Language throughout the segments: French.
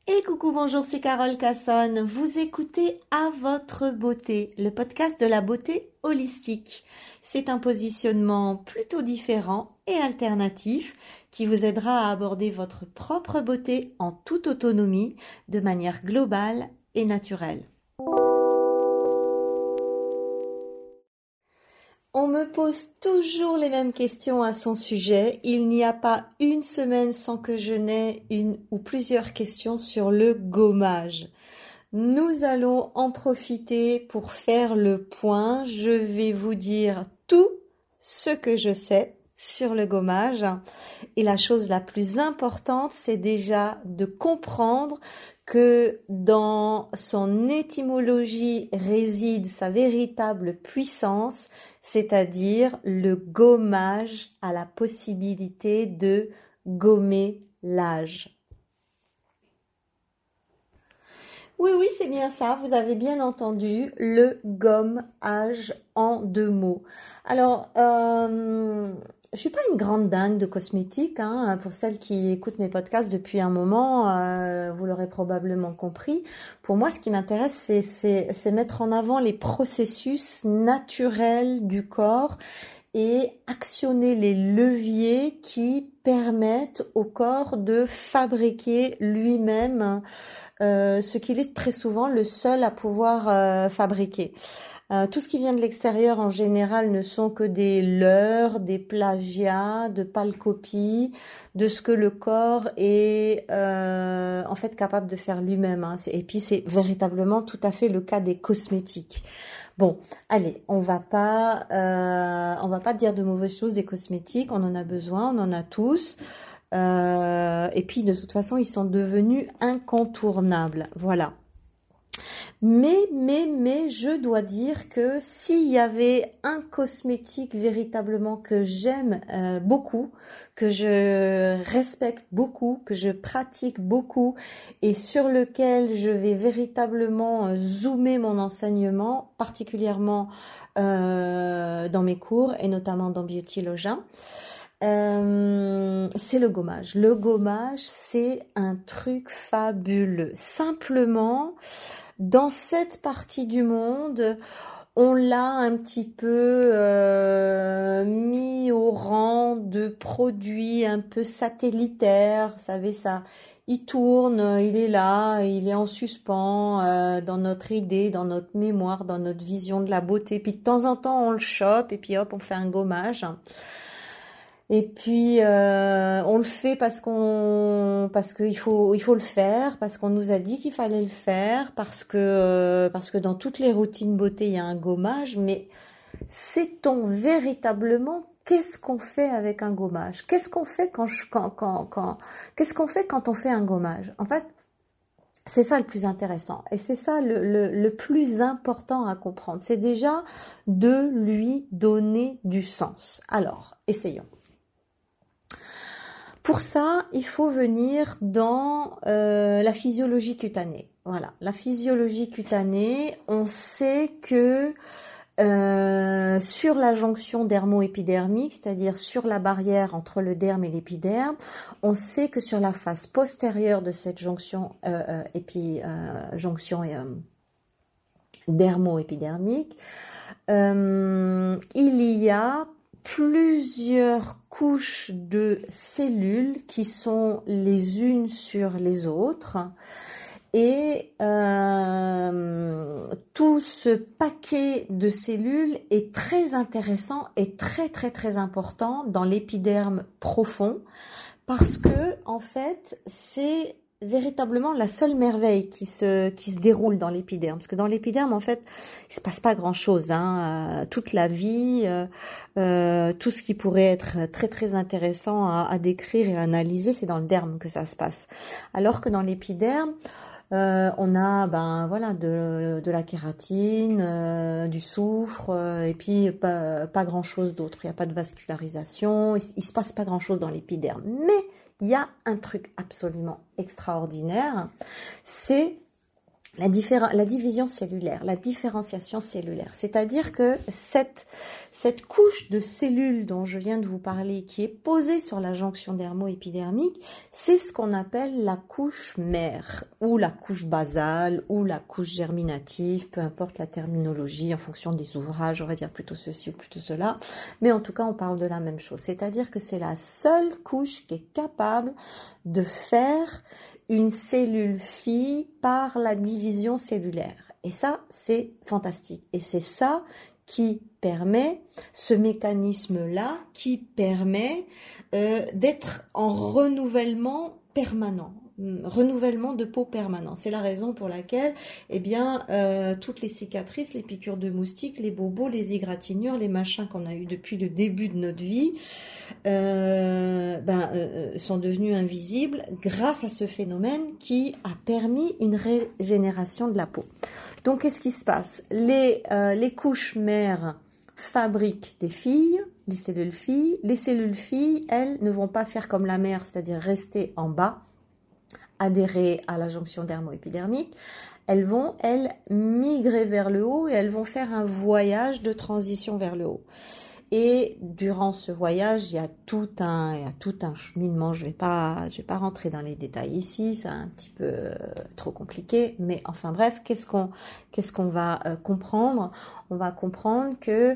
Et coucou, bonjour, c'est Carole Cassonne. Vous écoutez À votre beauté, le podcast de la beauté holistique. C'est un positionnement plutôt différent et alternatif qui vous aidera à aborder votre propre beauté en toute autonomie, de manière globale et naturelle. On me pose toujours les mêmes questions à son sujet. Il n'y a pas une semaine sans que je n'ai une ou plusieurs questions sur le gommage. Nous allons en profiter pour faire le point. Je vais vous dire tout ce que je sais sur le gommage. Et la chose la plus importante, c'est déjà de comprendre que dans son étymologie réside sa véritable puissance, c'est-à-dire le gommage a la possibilité de gommer l'âge. Oui, c'est bien ça, vous avez bien entendu, le gommage en deux mots. Alors, je suis pas une grande dingue de cosmétiques, hein. Pour celles qui écoutent mes podcasts depuis un moment, vous l'aurez probablement compris. Pour moi, ce qui m'intéresse, c'est mettre en avant les processus naturels du corps et actionner les leviers qui permettent au corps de fabriquer lui-même ce qu'il est très souvent le seul à pouvoir fabriquer. Tout ce qui vient de l'extérieur en général ne sont que des leurres, des plagiats, de pâles copies de ce que le corps est en fait capable de faire lui-même, hein. Et puis c'est véritablement tout à fait le cas des cosmétiques. Bon, allez, on va pas dire de mauvaises choses des cosmétiques. On en a besoin, on en a tous. Et puis de toute façon, ils sont devenus incontournables. Voilà. Mais, je dois dire que s'il y avait un cosmétique véritablement que j'aime beaucoup, que je respecte beaucoup, que je pratique beaucoup et sur lequel je vais véritablement zoomer mon enseignement, particulièrement dans mes cours et notamment dans Beauty Login, c'est le gommage. Le gommage, c'est un truc fabuleux. Simplement, dans cette partie du monde, on l'a un petit peu mis au rang de produits un peu satellitaires. Vous savez ça, il tourne, il est là, il est en suspens dans notre idée, dans notre mémoire, dans notre vision de la beauté. Puis de temps en temps, on le chope et puis hop, on fait un gommage. Et puis on le fait parce qu'il faut le faire, parce qu'on nous a dit qu'il fallait le faire, parce que dans toutes les routines beauté il y a un gommage. Mais sait-on véritablement qu'est-ce qu'on fait avec un gommage? Qu'est-ce qu'on fait qu'est-ce qu'on fait quand on fait un gommage? En fait, c'est ça le plus intéressant et c'est ça le plus important à comprendre. C'est déjà de lui donner du sens. Alors, essayons. Pour ça, il faut venir dans la physiologie cutanée. Voilà, la physiologie cutanée, on sait que sur la jonction dermo-épidermique, c'est-à-dire sur la barrière entre le derme et l'épiderme, on sait que sur la face postérieure de cette jonction dermo-épidermique, il y a plusieurs couches de cellules qui sont les unes sur les autres et tout ce paquet de cellules est très intéressant et très important dans l'épiderme profond parce que en fait c'est véritablement la seule merveille qui se déroule dans l'épiderme. Parce que dans l'épiderme, en fait, il se passe pas grand-chose, hein. Toute la vie, tout ce qui pourrait être très intéressant à décrire et à analyser, c'est dans le derme que ça se passe. Alors que dans l'épiderme, on a de la kératine, du soufre, et puis pas grand-chose d'autre. Il n'y a pas de vascularisation, il se passe pas grand-chose dans l'épiderme. Mais il y a un truc absolument extraordinaire, c'est la division cellulaire, la différenciation cellulaire. C'est-à-dire que cette couche de cellules dont je viens de vous parler, qui est posée sur la jonction dermo-épidermique, c'est ce qu'on appelle la couche mère, ou la couche basale, ou la couche germinative, peu importe la terminologie, en fonction des ouvrages, on va dire plutôt ceci ou plutôt cela. Mais en tout cas, on parle de la même chose. C'est-à-dire que c'est la seule couche qui est capable de faire une cellule fille par la division cellulaire. Et ça, c'est fantastique. Et c'est ça qui permet, ce mécanisme-là, qui permet d'être en renouvellement permanent. Renouvellement de peau permanent. C'est la raison pour laquelle, eh bien, toutes les cicatrices, les piqûres de moustiques, les bobos, les égratignures, les machins qu'on a eu depuis le début de notre vie, sont devenus invisibles grâce à ce phénomène qui a permis une régénération de la peau. Donc, qu'est-ce qui se passe? Les couches mères fabriquent des filles, des cellules filles. Les cellules filles, elles, ne vont pas faire comme la mère, c'est-à-dire rester en bas, adhérer à la jonction dermo-épidermique. Elles vont, elles, migrer vers le haut et elles vont faire un voyage de transition vers le haut. Et durant ce voyage, il y a tout un cheminement. Je vais pas rentrer dans les détails ici, c'est un petit peu trop compliqué. Mais enfin bref, qu'est-ce qu'on va comprendre? On va comprendre que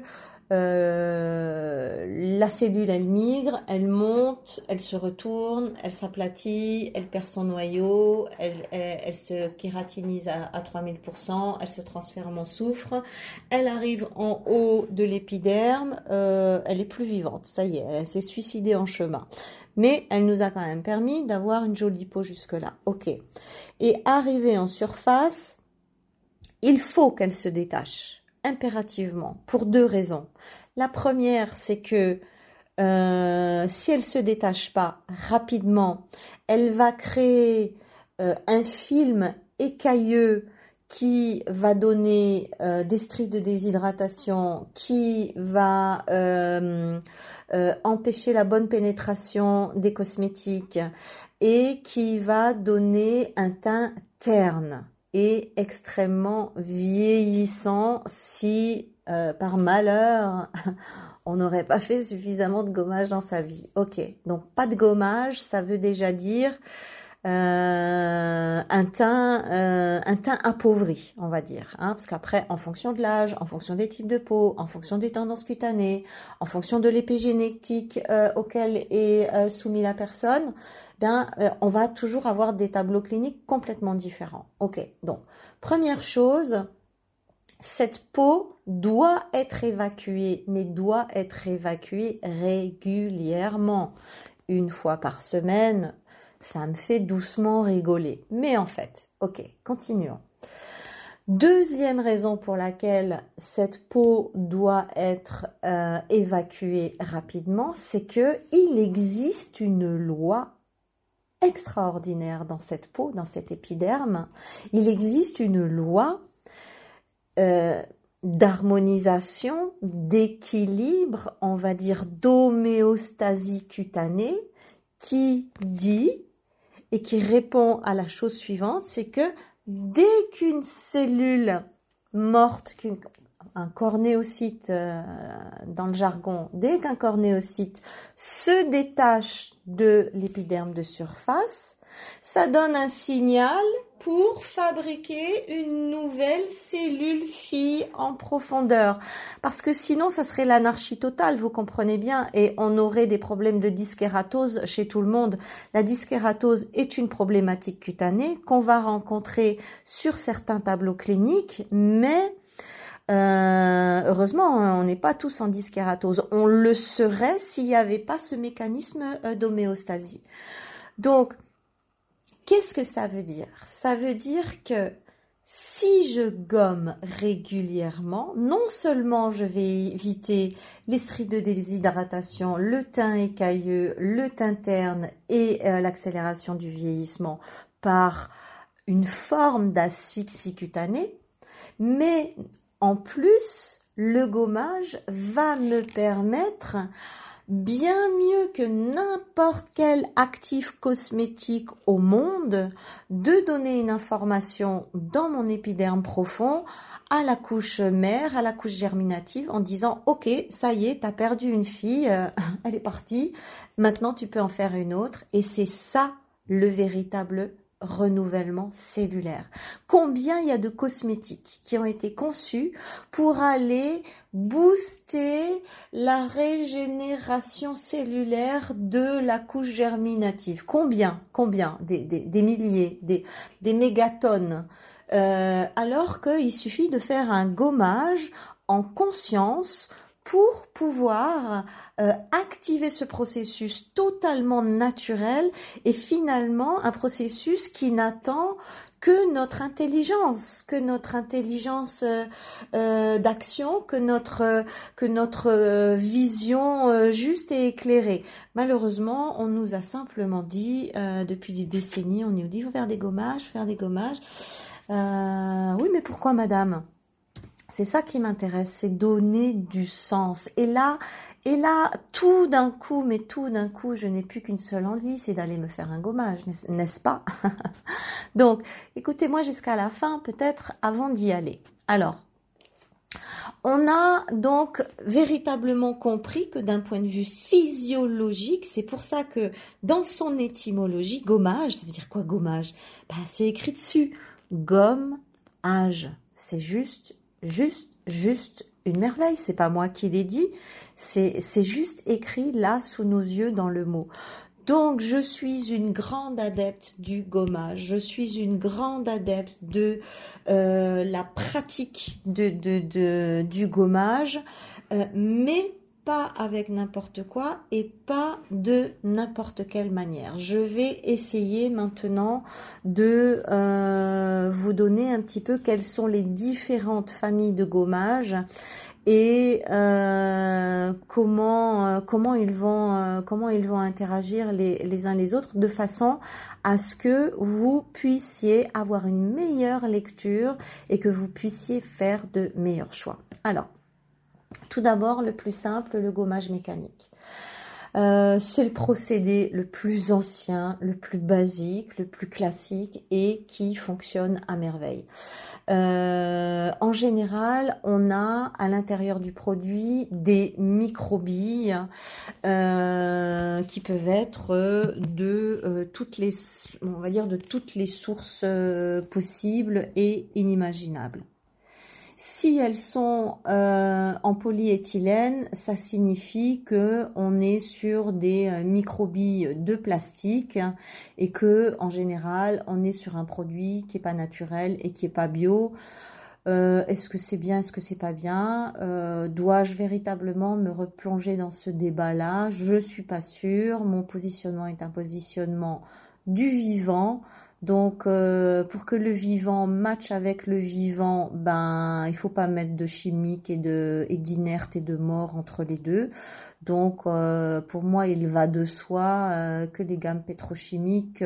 la cellule, elle migre, elle monte, elle se retourne, elle s'aplatit, elle perd son noyau, elle se kératinise à 3000%, elle se transforme en soufre, elle arrive en haut de l'épiderme, elle est plus vivante, ça y est, elle s'est suicidée en chemin. Mais elle nous a quand même permis d'avoir une jolie peau jusque-là. Ok. Et arrivée en surface, il faut qu'elle se détache impérativement pour deux raisons. La première, c'est que si elle se détache pas rapidement, elle va créer un film écailleux qui va donner des stries de déshydratation, qui va empêcher la bonne pénétration des cosmétiques et qui va donner un teint terne et extrêmement vieillissant si par malheur on n'aurait pas fait suffisamment de gommage dans sa vie. Ok, donc pas de gommage, ça veut déjà dire un teint appauvri, on va dire, hein, parce qu'après, en fonction de l'âge, en fonction des types de peau, en fonction des tendances cutanées, en fonction de l'épigénétique auquel est soumise la personne, on va toujours avoir des tableaux cliniques complètement différents. Ok, donc première chose, cette peau doit être évacuée, mais doit être évacuée régulièrement, une fois par semaine. Ça me fait doucement rigoler. Mais en fait, ok, continuons. Deuxième raison pour laquelle cette peau doit être évacuée rapidement, c'est que il existe une loi extraordinaire dans cette peau, dans cet épiderme. Il existe une loi d'harmonisation, d'équilibre, on va dire d'homéostasie cutanée, qui dit et qui répond à la chose suivante, c'est que dès qu'une cellule morte, un cornéocyte dans le jargon, dès qu'un cornéocyte se détache de l'épiderme de surface, ça donne un signal pour fabriquer une nouvelle cellule fille en profondeur. Parce que sinon, ça serait l'anarchie totale, vous comprenez bien, et on aurait des problèmes de dyskératose chez tout le monde. La dyskératose est une problématique cutanée qu'on va rencontrer sur certains tableaux cliniques, mais heureusement, on n'est pas tous en dyskératose. On le serait s'il n'y avait pas ce mécanisme d'homéostasie. Donc, qu'est-ce que ça veut dire? Ça veut dire que si je gomme régulièrement, non seulement je vais éviter les stries de déshydratation, le teint écailleux, le teint terne et l'accélération du vieillissement par une forme d'asphyxie cutanée, mais en plus, le gommage va me permettre bien mieux que n'importe quel actif cosmétique au monde, de donner une information dans mon épiderme profond à la couche mère, à la couche germinative, en disant « Ok, ça y est, t'as perdu une fille, elle est partie, maintenant tu peux en faire une autre. » Et c'est ça le véritable renouvellement cellulaire. Combien il y a de cosmétiques qui ont été conçus pour aller booster la régénération cellulaire de la couche germinative? Combien? Des milliers, des mégatonnes. Alors qu'il suffit de faire un gommage en conscience pour pouvoir activer ce processus totalement naturel et finalement un processus qui n'attend que notre intelligence d'action, que notre vision juste et éclairée. Malheureusement, on nous a simplement dit, depuis des décennies, on nous dit, il faut faire des gommages. Oui, mais pourquoi, madame? C'est ça qui m'intéresse, c'est donner du sens. Et là, tout d'un coup, je n'ai plus qu'une seule envie, c'est d'aller me faire un gommage, n'est-ce pas? Donc, écoutez-moi jusqu'à la fin, peut-être avant d'y aller. Alors, on a donc véritablement compris que d'un point de vue physiologique, c'est pour ça que dans son étymologie, gommage, ça veut dire quoi gommage? C'est écrit dessus, gomme-age, c'est juste une merveille, c'est pas moi qui l'ai dit, c'est juste écrit là sous nos yeux dans le mot. Donc je suis une grande adepte du gommage, je suis une grande adepte de la pratique du gommage, mais pas avec n'importe quoi et pas de n'importe quelle manière. Je vais essayer maintenant de vous donner un petit peu quelles sont les différentes familles de gommage et comment ils vont interagir les uns les autres de façon à ce que vous puissiez avoir une meilleure lecture et que vous puissiez faire de meilleurs choix. Alors, tout d'abord, le plus simple, le gommage mécanique. C'est le procédé le plus ancien, le plus basique, le plus classique et qui fonctionne à merveille. En général, on a à l'intérieur du produit des microbilles qui peuvent être de toutes les sources possibles et inimaginables. Si elles sont en polyéthylène, ça signifie que on est sur des microbilles de plastique et que en général on est sur un produit qui est pas naturel et qui est pas bio. Est-ce que c'est bien, est-ce que c'est pas bien? Dois-je véritablement me replonger dans ce débat-là? Je suis pas sûre. Mon positionnement est un positionnement du vivant. Donc, pour que le vivant matche avec le vivant, il faut pas mettre de chimique et d'inerte et de mort entre les deux. Donc, pour moi, il va de soi que les gammes pétrochimiques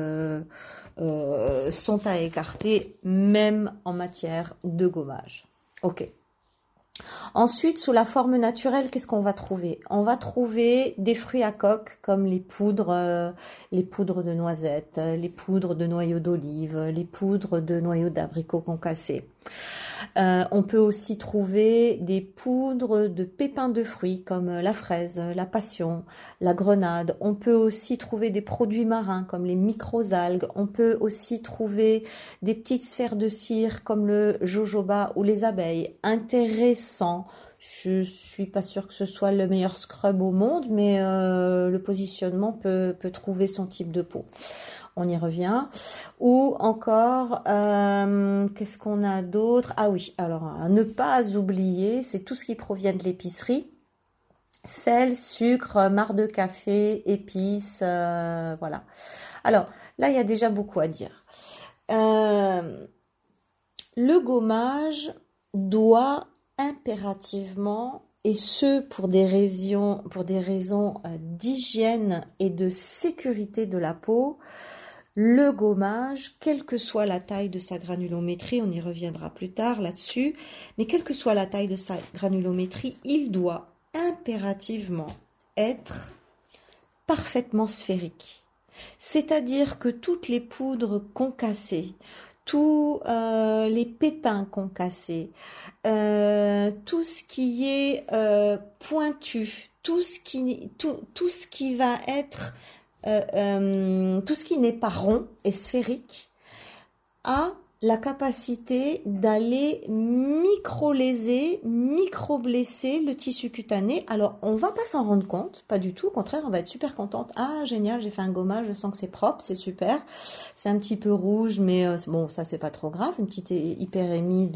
sont à écarter, même en matière de gommage. Ok. Ensuite, sous la forme naturelle, qu'est-ce qu'on va trouver? On va trouver des fruits à coque comme les poudres de noisettes, les poudres de noyaux d'olive, les poudres de noyaux d'abricot concassés. On peut aussi trouver des poudres de pépins de fruits comme la fraise, la passion, la grenade. On peut aussi trouver des produits marins comme les microalgues. On peut aussi trouver des petites sphères de cire comme le jojoba ou les abeilles. Intéressant. Je suis pas sûre que ce soit le meilleur scrub au monde, mais le positionnement peut trouver son type de peau. On y revient. Ou encore, qu'est-ce qu'on a d'autre? Ah oui, alors à ne pas oublier, c'est tout ce qui provient de l'épicerie. Sel, sucre, marc de café, épices, voilà. Alors là, il y a déjà beaucoup à dire. Le gommage doit impérativement, et ce pour des raisons d'hygiène et de sécurité de la peau, le gommage, quelle que soit la taille de sa granulométrie, on y reviendra plus tard là-dessus, mais quelle que soit la taille de sa granulométrie, il doit impérativement être parfaitement sphérique. C'est-à-dire que toutes les poudres concassées, tous les pépins concassés, tout ce qui est pointu, tout ce qui va être, tout ce qui n'est pas rond et sphérique, a la capacité d'aller micro-léser, micro-blesser le tissu cutané. Alors, on va pas s'en rendre compte, pas du tout. Au contraire, on va être super contente. Ah, génial, j'ai fait un gommage, je sens que c'est propre, c'est super. C'est un petit peu rouge, mais bon, ça c'est pas trop grave. Une petite hyperémie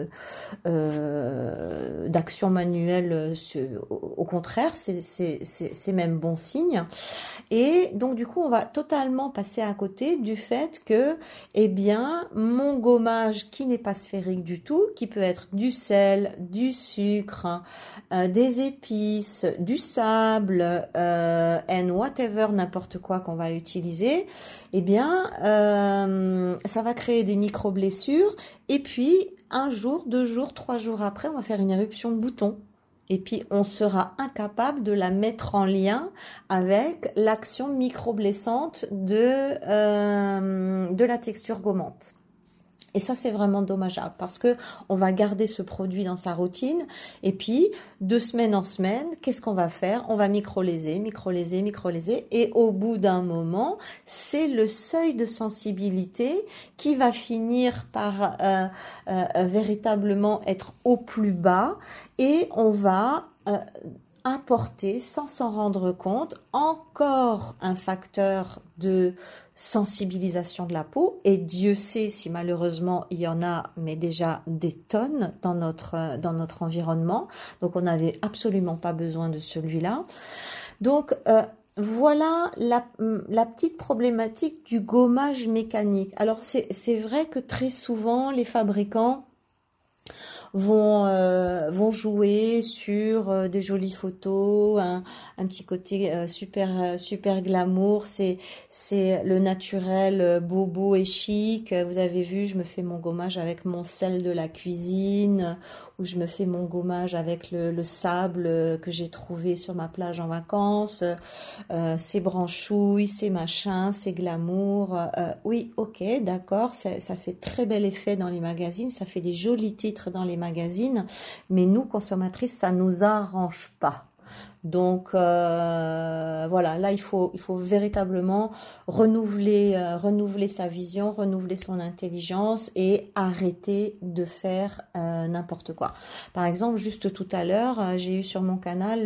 d'action manuelle, au contraire, c'est même bon signe. Et donc, du coup, on va totalement passer à côté du fait que, eh bien, mon gommage qui n'est pas sphérique du tout, qui peut être du sel, du sucre, des épices, du sable, and whatever, n'importe quoi qu'on va utiliser, eh bien, ça va créer des micro-blessures. Et puis, un jour, 2 jours, 3 jours après, on va faire une éruption de boutons. Et puis, on sera incapable de la mettre en lien avec l'action micro-blessante de la texture gommante. Et ça, c'est vraiment dommageable parce que on va garder ce produit dans sa routine. Et puis, de semaine en semaine, qu'est-ce qu'on va faire? On va micro-léser, micro-léser, micro-léser. Et au bout d'un moment, c'est le seuil de sensibilité qui va finir par véritablement être au plus bas. Et on va apporter, sans s'en rendre compte, encore un facteur de sensibilisation de la peau. Et Dieu sait si malheureusement il y en a, mais déjà des tonnes dans notre environnement. Donc on n'avait absolument pas besoin de celui-là. Donc voilà la petite problématique du gommage mécanique. Alors c'est vrai que très souvent les fabricants vont jouer sur des jolies photos, un petit côté super glamour, c'est le naturel bobo et chic. Vous avez vu, je me fais mon gommage avec mon sel de la cuisine, ou je me fais mon gommage avec le sable que j'ai trouvé sur ma plage en vacances. C'est branchouille, c'est machin, c'est glamour. Oui, ok, d'accord, ça fait très bel effet dans les magazines, ça fait des jolis titres dans les magazines, mais nous, consommatrices, ça nous arrange pas. Donc voilà, là il faut véritablement renouveler sa vision, renouveler son intelligence et arrêter de faire n'importe quoi. Par exemple, juste tout à l'heure, j'ai eu sur mon canal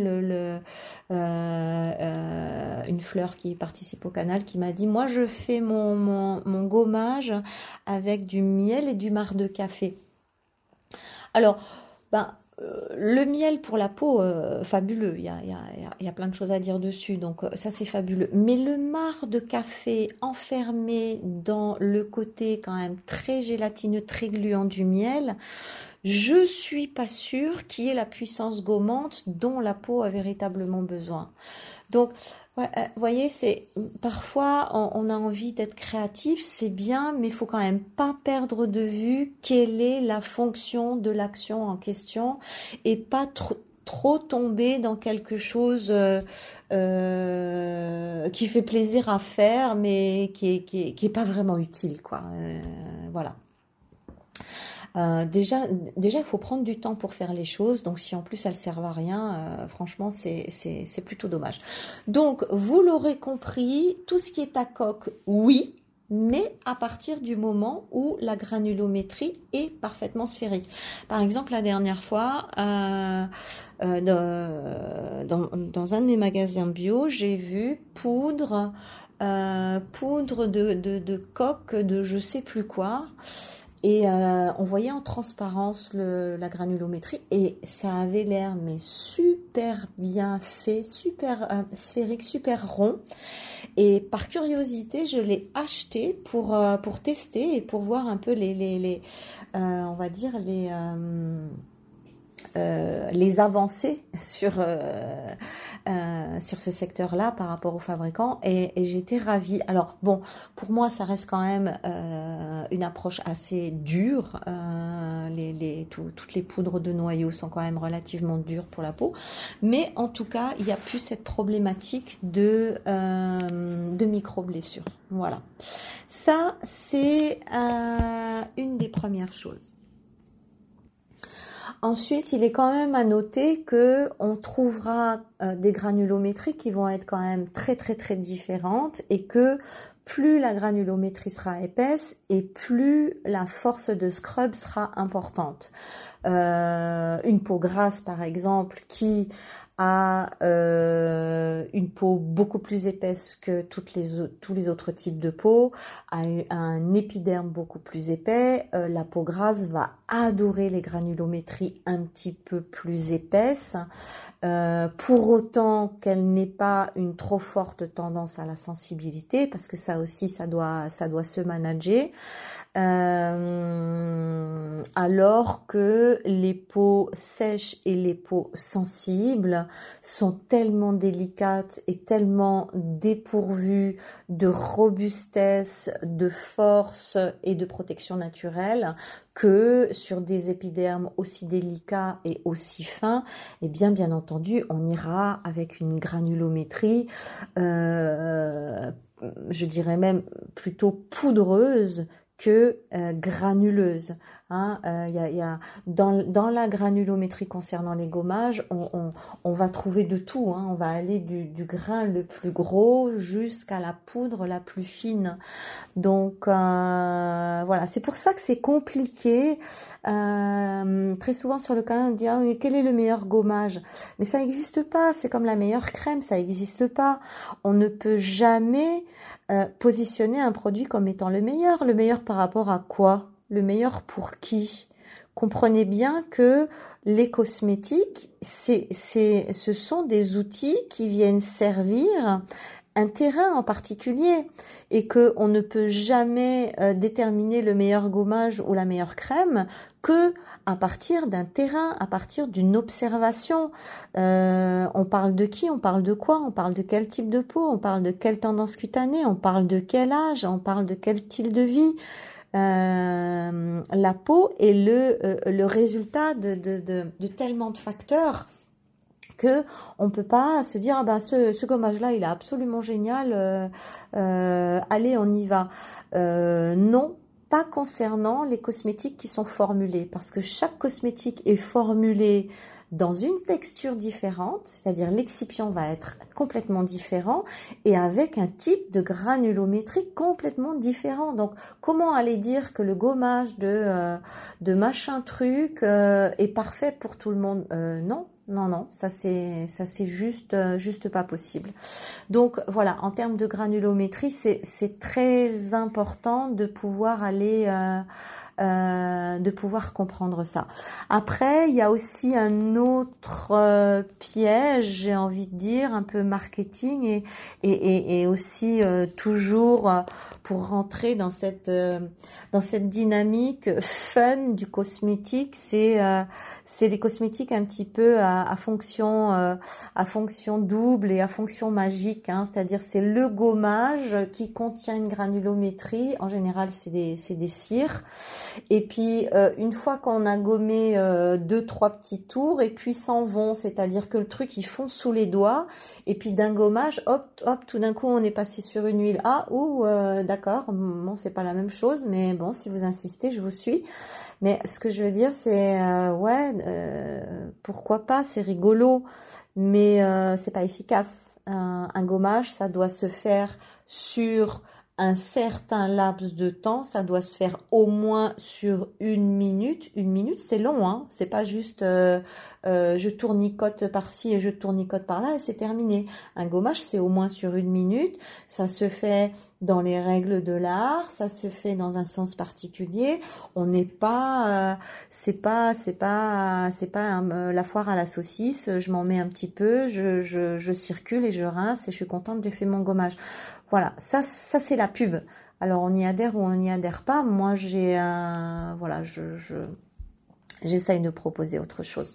une fleur qui participe au canal qui m'a dit: moi je fais mon gommage avec du miel et du marc de café. Alors, le miel pour la peau, fabuleux, il y a plein de choses à dire dessus, donc ça c'est fabuleux. Mais le marc de café enfermé dans le côté quand même très gélatineux, très gluant du miel, je suis pas sûre qu'il y ait la puissance gommante dont la peau a véritablement besoin. Donc, ouais, voyez, c'est parfois on a envie d'être créatif, c'est bien, mais il faut quand même pas perdre de vue quelle est la fonction de l'action en question et pas trop tomber dans quelque chose qui fait plaisir à faire, mais qui est pas vraiment utile, quoi. Voilà. Déjà, il faut prendre du temps pour faire les choses. Donc, si en plus elles servent à rien, franchement, c'est plutôt dommage. Donc, vous l'aurez compris, tout ce qui est à coque, oui, mais à partir du moment où la granulométrie est parfaitement sphérique. Par exemple, la dernière fois, dans un de mes magasins bio, j'ai vu poudre de coque de je sais plus quoi. Et on voyait en transparence la granulométrie et ça avait l'air mais super bien fait, super sphérique, super rond. Et par curiosité, je l'ai acheté pour tester et pour voir un peu on va dire les avancées sur ce secteur-là par rapport aux fabricants et j'étais ravie. Alors bon, pour moi ça reste quand même une approche assez dure. Toutes les poudres de noyaux sont quand même relativement dures pour la peau. Mais en tout cas, il n'y a plus cette problématique de micro-blessures. Voilà. Ça, c'est une des premières choses. Ensuite, il est quand même à noter que on trouvera des granulométries qui vont être quand même très très très différentes et que plus la granulométrie sera épaisse et plus la force de scrub sera importante. Une peau grasse par exemple qui a une peau beaucoup plus épaisse que tous les autres types de peau, a un épiderme beaucoup plus épais, la peau grasse va adorer les granulométries un petit peu plus épaisses, pour autant qu'elle n'ait pas une trop forte tendance à la sensibilité, parce que ça aussi ça doit se manager. Alors que les peaux sèches et les peaux sensibles sont tellement délicates et tellement dépourvues de robustesse, de force et de protection naturelle que sur des épidermes aussi délicats et aussi fins, eh bien entendu, on ira avec une granulométrie, je dirais même plutôt poudreuse que granuleuse. Hein, dans la granulométrie concernant les gommages, on va trouver de tout. Hein, on va aller du grain le plus gros jusqu'à la poudre la plus fine. Donc voilà, c'est pour ça que c'est compliqué. Très souvent sur le canal, on dit mais quel est le meilleur gommage? Mais ça n'existe pas. C'est comme la meilleure crème, ça n'existe pas. On ne peut jamais positionner un produit comme étant le meilleur. Le meilleur par rapport à quoi? Le meilleur pour qui? Comprenez bien que les cosmétiques, ce sont des outils qui viennent servir un terrain en particulier et que on ne peut jamais déterminer le meilleur gommage ou la meilleure crème que à partir d'un terrain, à partir d'une observation. On parle de qui? On parle de quoi? On parle de quel type de peau? On parle de quelle tendance cutanée? On parle de quel âge? On parle de quel style de vie? La peau est le résultat de tellement de facteurs que on peut pas se dire ce gommage là il est absolument génial, allez on y va. Non, pas concernant les cosmétiques qui sont formulés, parce que chaque cosmétique est formulé dans une texture différente, c'est-à-dire l'excipient va être complètement différent et avec un type de granulométrie complètement différent. Donc, comment aller dire que le gommage de machin truc est parfait pour tout le monde? Non. Non, ça c'est juste pas possible. Donc voilà, en termes de granulométrie, c'est très important de pouvoir aller de pouvoir comprendre ça. Après, il y a aussi un autre piège, j'ai envie de dire, un peu marketing et aussi toujours pour rentrer dans cette dynamique fun du cosmétique, c'est les cosmétiques un petit peu à fonction double et à fonction magique, hein, c'est-à-dire c'est le gommage qui contient une granulométrie, en général c'est des cires. Et puis une fois qu'on a gommé 2-3 petits tours, et puis s'en vont, c'est-à-dire que le truc il fond sous les doigts, et puis d'un gommage, hop, tout d'un coup on est passé sur une huile. D'accord, bon c'est pas la même chose, mais bon si vous insistez, je vous suis. Mais ce que je veux dire c'est pourquoi pas, c'est rigolo, mais c'est pas efficace. Un gommage, ça doit se faire sur un certain laps de temps, ça doit se faire au moins sur 1 minute. 1 minute, c'est long, hein. C'est pas juste je tournicote par-ci et je tournicote par-là et c'est terminé. Un gommage, c'est au moins sur 1 minute. Ça se fait dans les règles de l'art, ça se fait dans un sens particulier. On n'est pas, c'est pas la foire à la saucisse. Je m'en mets un petit peu, je circule et je rince et je suis contente, j'ai fait mon gommage. Voilà, ça c'est la pub. Alors on y adhère ou on n'y adhère pas. Moi j'essaye de proposer autre chose.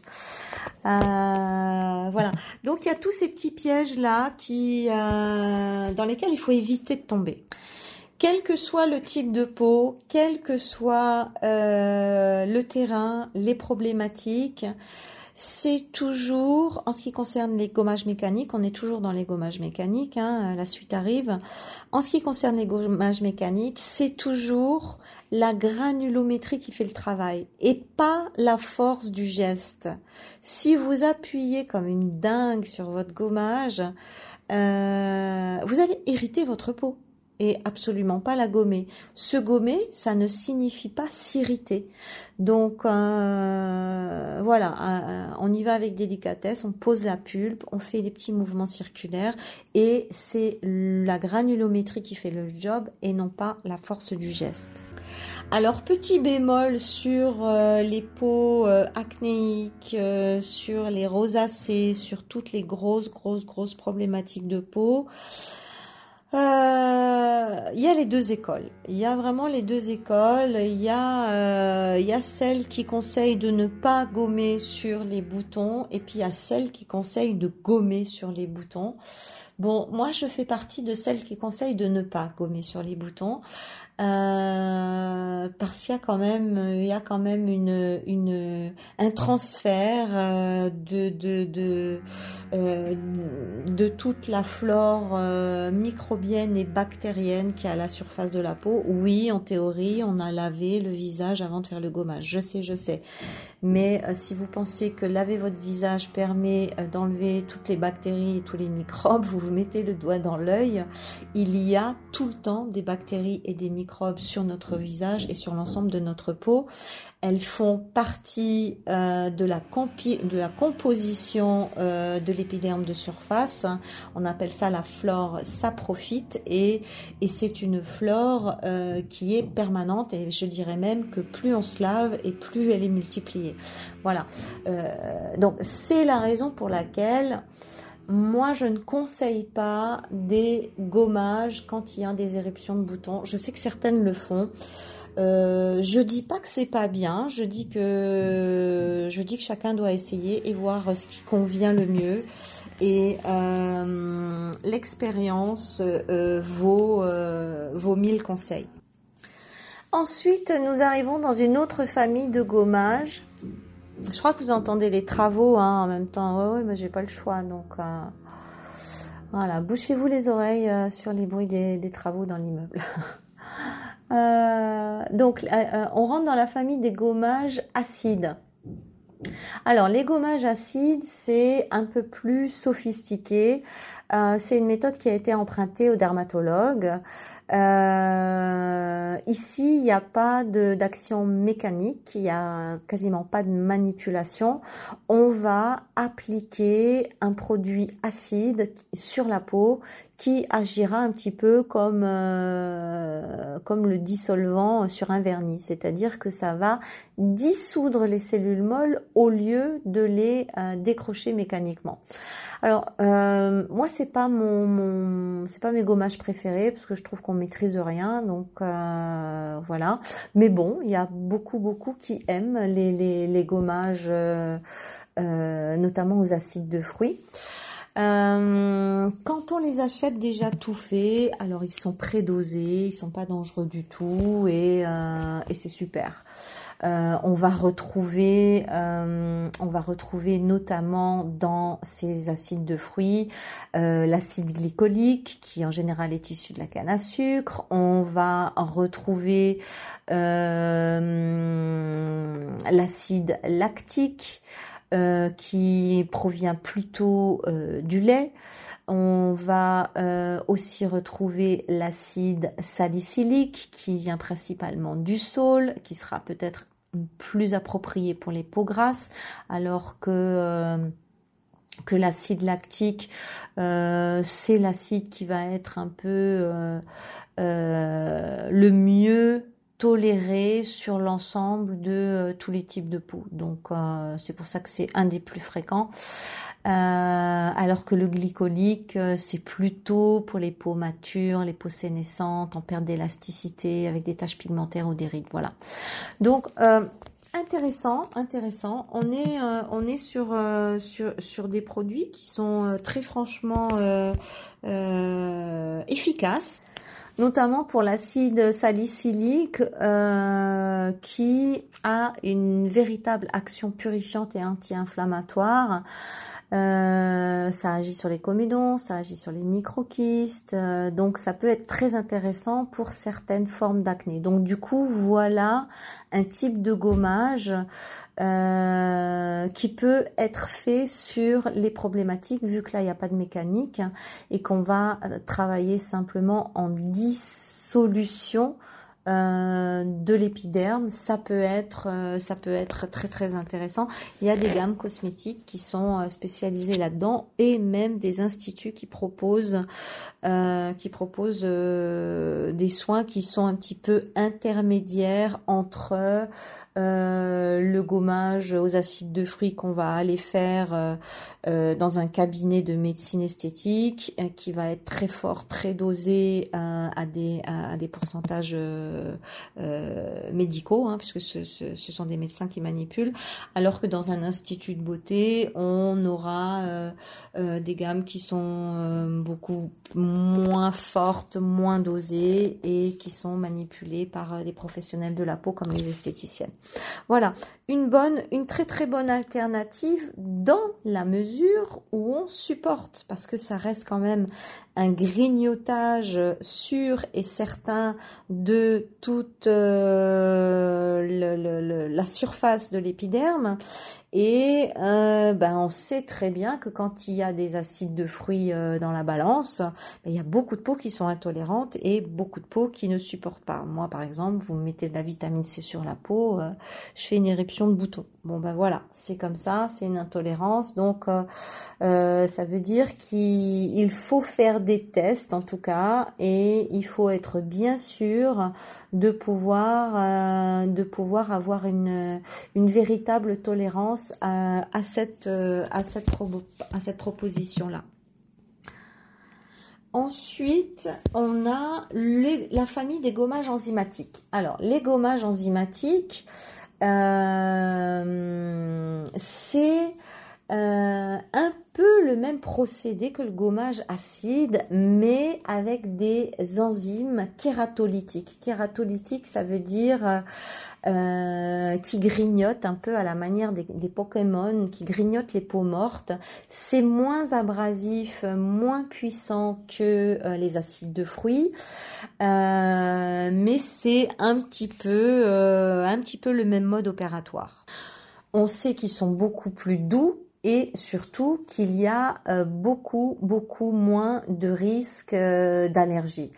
Voilà. Donc il y a tous ces petits pièges là dans lesquels il faut éviter de tomber. Quel que soit le type de peau, quel que soit le terrain, les problématiques, c'est toujours, en ce qui concerne les gommages mécaniques, on est toujours dans les gommages mécaniques, hein, la suite arrive. En ce qui concerne les gommages mécaniques, c'est toujours la granulométrie qui fait le travail et pas la force du geste. Si vous appuyez comme une dingue sur votre gommage, vous allez irriter votre peau et absolument pas la gommer. Se gommer, ça ne signifie pas s'irriter. Donc voilà, on y va avec délicatesse, on pose la pulpe, on fait des petits mouvements circulaires et c'est la granulométrie qui fait le job et non pas la force du geste. Alors petit bémol sur les peaux acnéiques, sur les rosacées, sur toutes les grosses problématiques de peau. Il y a les deux écoles. Il y a vraiment les deux écoles. Il y a celles qui conseillent de ne pas gommer sur les boutons et puis il y a celles qui conseillent de gommer sur les boutons. Bon, moi je fais partie de celles qui conseillent de ne pas gommer sur les boutons. Parce qu'il y a quand même un transfert de toute la flore microbienne et bactérienne qui est à la surface de la peau. Oui, en théorie, on a lavé le visage avant de faire le gommage. Je sais. Mais si vous pensez que laver votre visage permet d'enlever toutes les bactéries et tous les microbes, vous vous mettez le doigt dans l'œil. Il y a tout le temps des bactéries et des microbes sur notre visage et sur l'ensemble de notre peau. Elles font partie de la composition de l'épiderme de surface. On appelle ça la flore saprophyte et c'est une flore qui est permanente et je dirais même que plus on se lave et plus elle est multipliée. Voilà. Donc c'est la raison pour laquelle moi, je ne conseille pas des gommages quand il y a des éruptions de boutons. Je sais que certaines le font. Je dis pas que c'est pas bien. Je dis que chacun doit essayer et voir ce qui convient le mieux. Et l'expérience vaut 1000 conseils. Ensuite, nous arrivons dans une autre famille de gommages. Je crois que vous entendez les travaux hein, en même temps. Ouais, mais j'ai pas le choix. Donc, voilà, bouchez-vous les oreilles sur les bruits des travaux dans l'immeuble. Donc, on rentre dans la famille des gommages acides. Alors, les gommages acides, c'est un peu plus sophistiqué. C'est une méthode qui a été empruntée aux dermatologues. Ici, il n'y a pas d'action mécanique, il n'y a quasiment pas de manipulation. On va appliquer un produit acide sur la peau qui agira un petit peu comme le dissolvant sur un vernis, c'est-à-dire que ça va dissoudre les cellules molles au lieu de les décrocher mécaniquement. Alors moi c'est pas mes gommages préférés parce que je trouve qu'on maîtrise rien donc voilà, mais bon il y a beaucoup qui aiment les gommages notamment aux acides de fruits. Quand on les achète déjà tout faits, alors ils sont prédosés, ils sont pas dangereux du tout et c'est super. On va retrouver notamment dans ces acides de fruits l'acide glycolique qui en général est issu de la canne à sucre. On va retrouver l'acide lactique qui provient plutôt du lait. On va aussi retrouver l'acide salicylique qui vient principalement du saule, qui sera peut-être plus approprié pour les peaux grasses, alors que l'acide lactique, c'est l'acide qui va être un peu le mieux toléré sur l'ensemble de tous les types de peau. Donc c'est pour ça que c'est un des plus fréquents. Alors que le glycolique, c'est plutôt pour les peaux matures, les peaux sénescentes, en perte d'élasticité, avec des taches pigmentaires ou des rides. Voilà. Donc intéressant. On est sur des produits qui sont très franchement efficaces. notamment pour l'acide salicylique qui a une véritable action purifiante et anti-inflammatoire. Ça agit sur les comédons, ça agit sur les microkystes, donc ça peut être très intéressant pour certaines formes d'acné. Donc du coup, voilà un type de gommage qui peut être fait sur les problématiques, vu que là il n'y a pas de mécanique et qu'on va travailler simplement en dissolution de l'épiderme. Ça peut être très très intéressant. Il y a des gammes cosmétiques qui sont spécialisées là-dedans et même des instituts qui proposent des soins qui sont un petit peu intermédiaires entre le gommage aux acides de fruits qu'on va aller faire dans un cabinet de médecine esthétique qui va être très fort, très dosé à des pourcentages médicaux, hein, puisque ce sont des médecins qui manipulent, alors que dans un institut de beauté, on aura des gammes qui sont beaucoup moins fortes, moins dosées et qui sont manipulées par des professionnels de la peau comme les esthéticiennes. Voilà, une très très bonne alternative dans la mesure où on supporte, parce que ça reste quand même un grignotage sûr et certain de toute la surface de l'épiderme. Et on sait très bien que quand il y a des acides de fruits dans la balance, il y a beaucoup de peaux qui sont intolérantes et beaucoup de peaux qui ne supportent pas. Moi, par exemple, vous mettez de la vitamine C sur la peau, je fais une éruption de boutons. Bon, voilà, c'est comme ça, c'est une intolérance. Donc, ça veut dire qu'il faut faire des tests, en tout cas, et il faut être bien sûr de pouvoir avoir une véritable tolérance à cette proposition-là. Ensuite, on a la famille des gommages enzymatiques. Alors, les gommages enzymatiques, c'est un peu le même procédé que le gommage acide, mais avec des enzymes kératolytiques. Kératolytique, ça veut dire qui grignotent un peu à la manière des Pokémon, qui grignotent les peaux mortes. C'est moins abrasif, moins puissant que les acides de fruits, mais c'est un petit peu le même mode opératoire. On sait qu'ils sont beaucoup plus doux, et surtout qu'il y a beaucoup moins de risques d'allergie.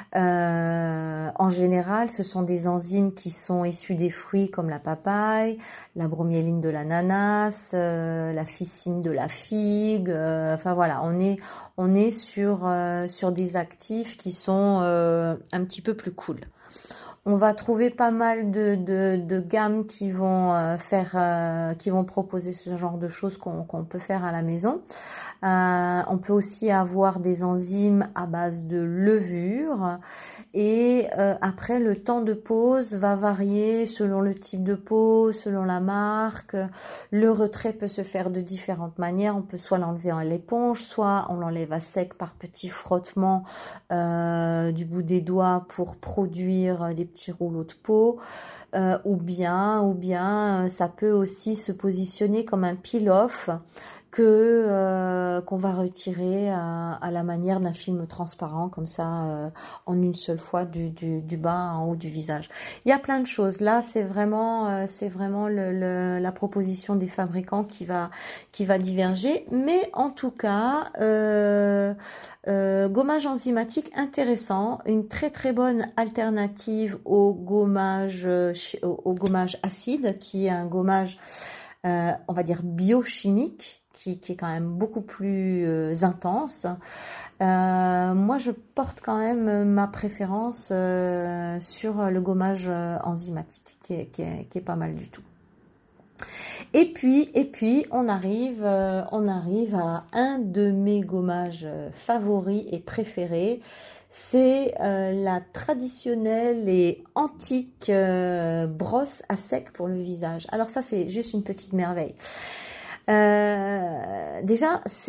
En général, ce sont des enzymes qui sont issues des fruits comme la papaye, la broméline de l'ananas, la ficine de la figue. Enfin voilà, on est sur des actifs qui sont un petit peu plus cool. On va trouver pas mal de gammes qui vont qui vont proposer ce genre de choses qu'on peut faire à la maison. On peut aussi avoir des enzymes à base de levure. Et après, le temps de pose va varier selon le type de peau, selon la marque. Le retrait peut se faire de différentes manières. On peut soit l'enlever à l'éponge, soit on l'enlève à sec par petits frottements du bout des doigts pour produire des petits rouleaux de peau. Ou bien ça peut aussi se positionner comme un peel-off qu'on va retirer à la manière d'un film transparent, comme ça, en une seule fois du bas en haut du visage. Il y a plein de choses. Là, c'est vraiment la proposition des fabricants qui va diverger. Mais en tout cas, gommage enzymatique intéressant, une très très bonne alternative au gommage acide, qui est un gommage, on va dire biochimique, qui est quand même beaucoup plus intense. Moi, je porte quand même ma préférence sur le gommage enzymatique, qui est pas mal du tout. Et puis, on arrive à un de mes gommages favoris et préférés. C'est la traditionnelle et antique brosse à sec pour le visage. Alors ça, c'est juste une petite merveille. Déjà, c'est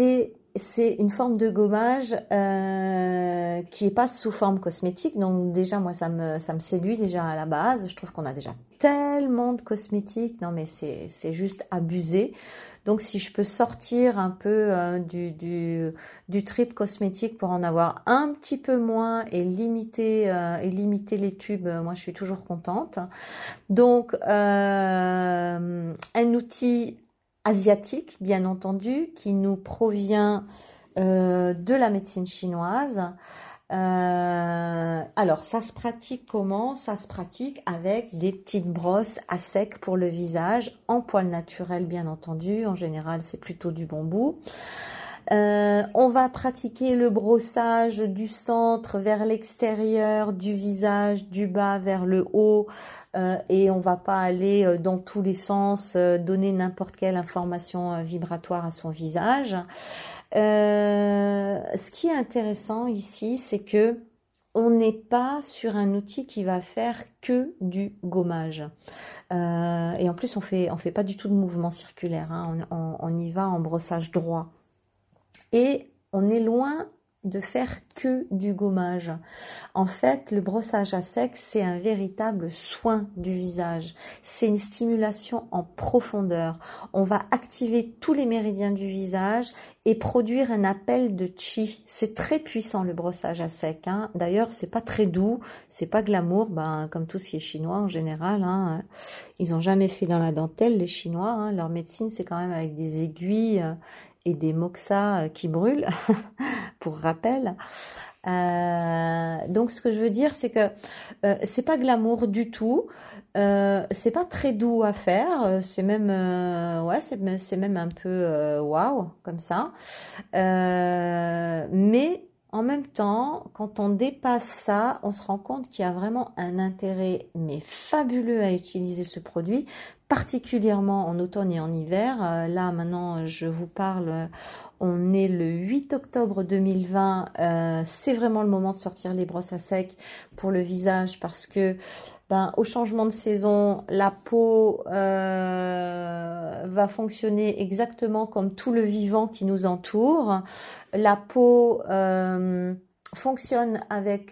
c'est une forme de gommage qui est pas sous forme cosmétique. Donc déjà, moi, ça me séduit déjà à la base. Je trouve qu'on a déjà tellement de cosmétiques. Non, mais c'est juste abusé. Donc si je peux sortir un peu du trip cosmétique pour en avoir un petit peu moins et limiter les tubes, moi, je suis toujours contente. Donc, un outil asiatique, bien entendu, qui nous provient de la médecine chinoise. Alors, ça se pratique comment? Ça se pratique avec des petites brosses à sec pour le visage, en poil naturel, bien entendu. En général, c'est plutôt du bambou. On va pratiquer le brossage du centre vers l'extérieur du visage, du bas vers le haut, et on va pas aller dans tous les sens, donner n'importe quelle information vibratoire à son visage. Ce qui est intéressant ici, c'est que on n'est pas sur un outil qui va faire que du gommage. Et en plus, on fait pas du tout de mouvement circulaire, hein. On y va en brossage droit. Et on est loin de faire que du gommage. En fait, le brossage à sec, c'est un véritable soin du visage. C'est une stimulation en profondeur. On va activer tous les méridiens du visage et produire un appel de chi. C'est très puissant le brossage à sec, hein. D'ailleurs, c'est pas très doux, c'est pas glamour, comme tout ce qui est chinois en général, hein. Ils ont jamais fait dans la dentelle, les Chinois, hein. Leur médecine, c'est quand même avec des aiguilles et des moxas qui brûlent, pour rappel. Donc ce que je veux dire, c'est que c'est pas glamour du tout, c'est pas très doux à faire, c'est même ouais, c'est même un peu waouh comme ça. Mais en même temps, quand on dépasse ça, on se rend compte qu'il y a vraiment un intérêt mais fabuleux à utiliser ce produit, particulièrement en automne et en hiver. Là, maintenant, je vous parle, on est le 8 octobre 2020. C'est vraiment le moment de sortir les brosses à sec pour le visage parce que au changement de saison, la peau va fonctionner exactement comme tout le vivant qui nous entoure. La peau fonctionne avec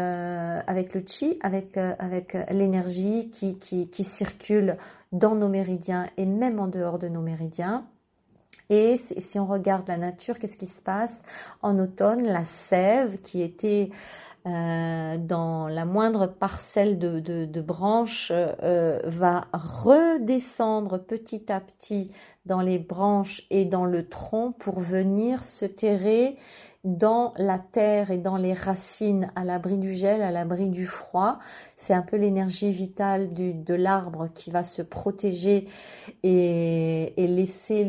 le chi, avec l'énergie qui circule dans nos méridiens et même en dehors de nos méridiens. Et si on regarde la nature, qu'est-ce qui se passe en automne? La sève qui était dans la moindre parcelle de branches va redescendre petit à petit dans les branches et dans le tronc pour venir se terrer dans la terre et dans les racines, à l'abri du gel, à l'abri du froid. C'est un peu l'énergie vitale de l'arbre qui va se protéger et laisser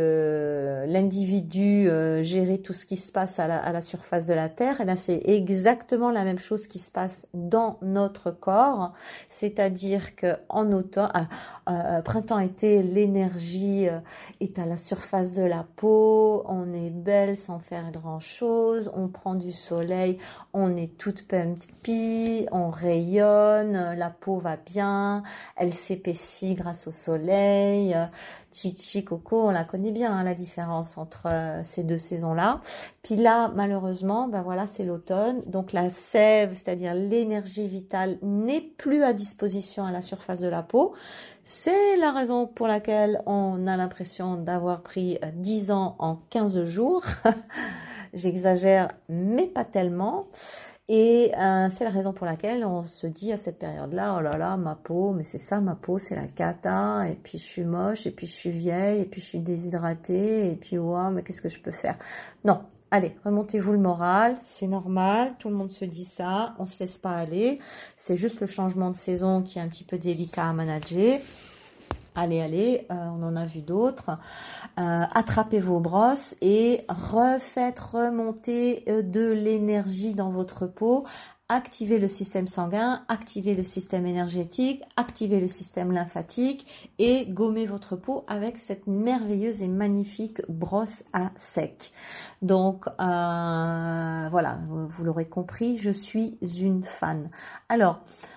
l'individu gérer tout ce qui se passe à la surface de la terre. Et bien c'est exactement la même chose qui se passe dans notre corps, c'est-à-dire que en automne, printemps-été, l'énergie est à la surface de la peau, on est belle sans faire grand-chose, on prend du soleil, on est toute pumpy, on rayonne, la peau va bien, elle s'épaissit grâce au soleil. Chichi, Coco, on la connaît bien, hein, la différence entre ces deux saisons-là. Puis là, malheureusement, voilà, c'est l'automne. Donc la sève, c'est-à-dire l'énergie vitale, n'est plus à disposition à la surface de la peau. C'est la raison pour laquelle on a l'impression d'avoir pris 10 ans en 15 jours. J'exagère, mais pas tellement. Et c'est la raison pour laquelle on se dit à cette période-là, oh là là, ma peau, mais c'est ça, ma peau, c'est la cata, et puis je suis moche, et puis je suis vieille, et puis je suis déshydratée, et puis wow, mais qu'est-ce que je peux faire? Non, allez, remontez-vous le moral, c'est normal, tout le monde se dit ça, on se laisse pas aller, c'est juste le changement de saison qui est un petit peu délicat à manager. Allez, on en a vu d'autres. Attrapez vos brosses et refaites remonter de l'énergie dans votre peau. Activez le système sanguin, activez le système énergétique, activez le système lymphatique et gommez votre peau avec cette merveilleuse et magnifique brosse à sec. Donc voilà, vous l'aurez compris, je suis une fan. Alors,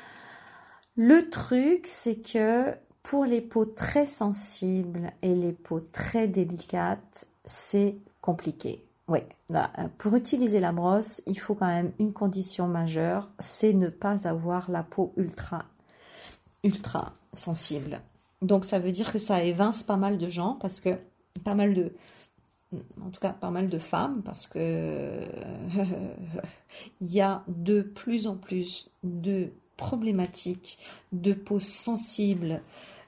le truc, c'est que pour les peaux très sensibles et les peaux très délicates, c'est compliqué. ouais, là, pour utiliser la brosse, il faut quand même une condition majeure, c'est ne pas avoir la peau ultra sensible. Donc ça veut dire que ça évince pas mal de gens parce que pas mal de, en tout cas pas mal de femmes parce que il y a de plus en plus de problématiques de peau sensible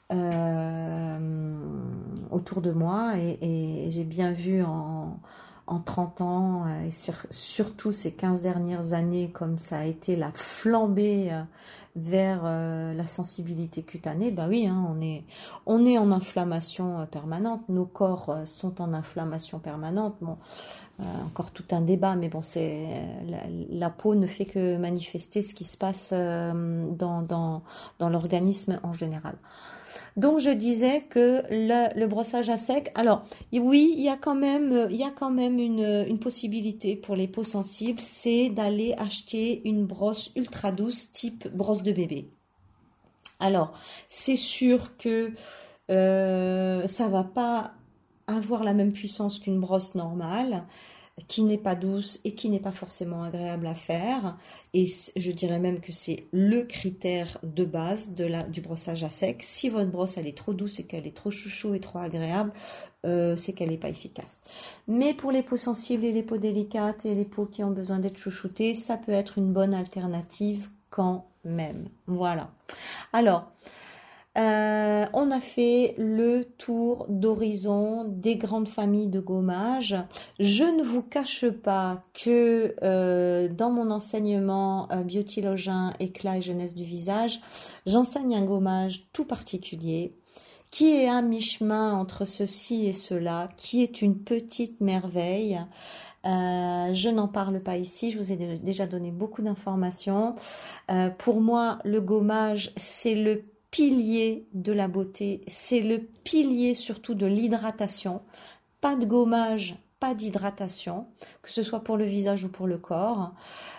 autour de moi et j'ai bien vu en 30 ans et surtout ces 15 dernières années comme ça a été la flambée vers la sensibilité cutanée, ben oui, hein, on est en inflammation permanente, nos corps sont en inflammation permanente, bon, encore tout un débat, mais bon, la peau ne fait que manifester ce qui se passe dans l'organisme en général. Donc je disais que le brossage à sec, alors oui, il y a quand même une possibilité pour les peaux sensibles, c'est d'aller acheter une brosse ultra douce type brosse de bébé. Alors c'est sûr que ça va pas avoir la même puissance qu'une brosse normale, qui n'est pas douce et qui n'est pas forcément agréable à faire. Et je dirais même que c'est le critère de base du brossage à sec. Si votre brosse elle est trop douce et qu'elle est trop chouchou et trop agréable, c'est qu'elle n'est pas efficace. Mais pour les peaux sensibles et les peaux délicates et les peaux qui ont besoin d'être chouchoutées, ça peut être une bonne alternative quand même. Voilà. Alors, on a fait le tour d'horizon des grandes familles de gommage. Je ne vous cache pas que dans mon enseignement Beauty-Login, éclat et jeunesse du visage, j'enseigne un gommage tout particulier qui est à mi-chemin entre ceci et cela, qui est une petite merveille. Je n'en parle pas ici, je vous ai déjà donné beaucoup d'informations. Pour moi, le gommage, c'est le pilier de la beauté, c'est le pilier surtout de l'hydratation. Pas de gommage, pas d'hydratation, que ce soit pour le visage ou pour le corps.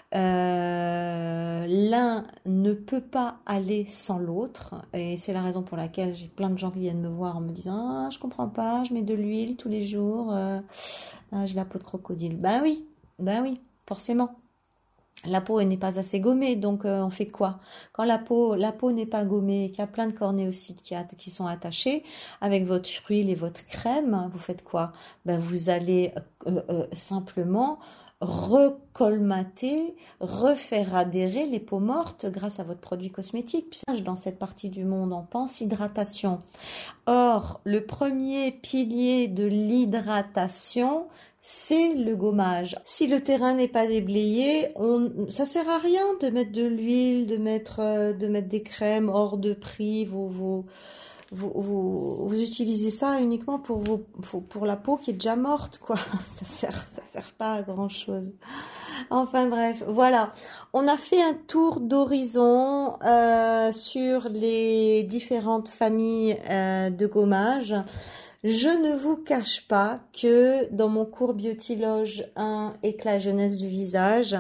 L'un ne peut pas aller sans l'autre et c'est la raison pour laquelle j'ai plein de gens qui viennent me voir en me disant ah, je comprends pas, je mets de l'huile tous les jours, j'ai la peau de crocodile. Ben oui, forcément. La peau n'est pas assez gommée, donc on fait quoi? Quand la peau n'est pas gommée, qu'il y a plein de cornéocytes qui sont attachés, avec votre huile et votre crème, vous faites quoi? Ben vous allez simplement recolmater, refaire adhérer les peaux mortes grâce à votre produit cosmétique. Puis dans cette partie du monde, on pense hydratation. Or, le premier pilier de l'hydratation, c'est le gommage. Si le terrain n'est pas déblayé, ça sert à rien de mettre de l'huile, de mettre des crèmes hors de prix. Vous utilisez ça uniquement pour la peau qui est déjà morte, quoi. Ça sert pas à grand chose. Enfin bref, voilà. On a fait un tour d'horizon sur les différentes familles de gommage. Je ne vous cache pas que dans mon cours Beauty-Loge 1 éclat jeunesse du visage,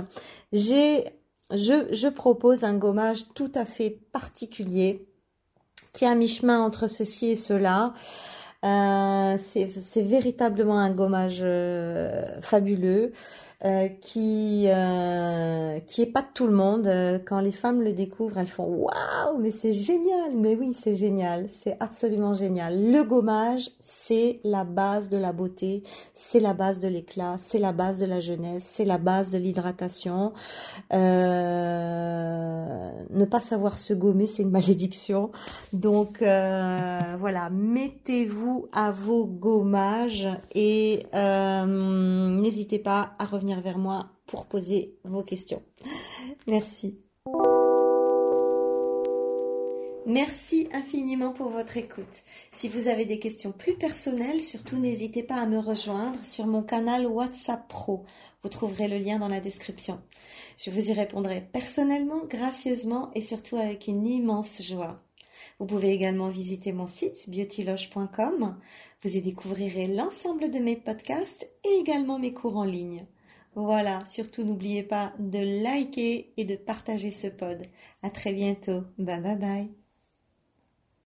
je propose un gommage tout à fait particulier qui est à mi-chemin entre ceci et cela. C'est véritablement un gommage fabuleux qui est pas de tout le monde. Quand les femmes le découvrent, elles font waouh, mais c'est génial. Mais oui, c'est génial, c'est absolument génial. Le gommage, c'est la base de la beauté, c'est la base de l'éclat, c'est la base de la jeunesse, c'est la base de l'hydratation. Ne pas savoir se gommer, c'est une malédiction. Donc voilà, mettez-vous à vos gommages et n'hésitez pas à revenir vers moi pour poser vos questions. Merci. Merci infiniment pour votre écoute. Si vous avez des questions plus personnelles, surtout n'hésitez pas à me rejoindre sur mon canal WhatsApp Pro. Vous trouverez le lien dans la description. Je vous y répondrai personnellement, gracieusement et surtout avec une immense joie. Vous pouvez également visiter mon site beautyloge.com. Vous y découvrirez l'ensemble de mes podcasts et également mes cours en ligne. Voilà, surtout n'oubliez pas de liker et de partager ce pod. À très bientôt. Bye bye bye.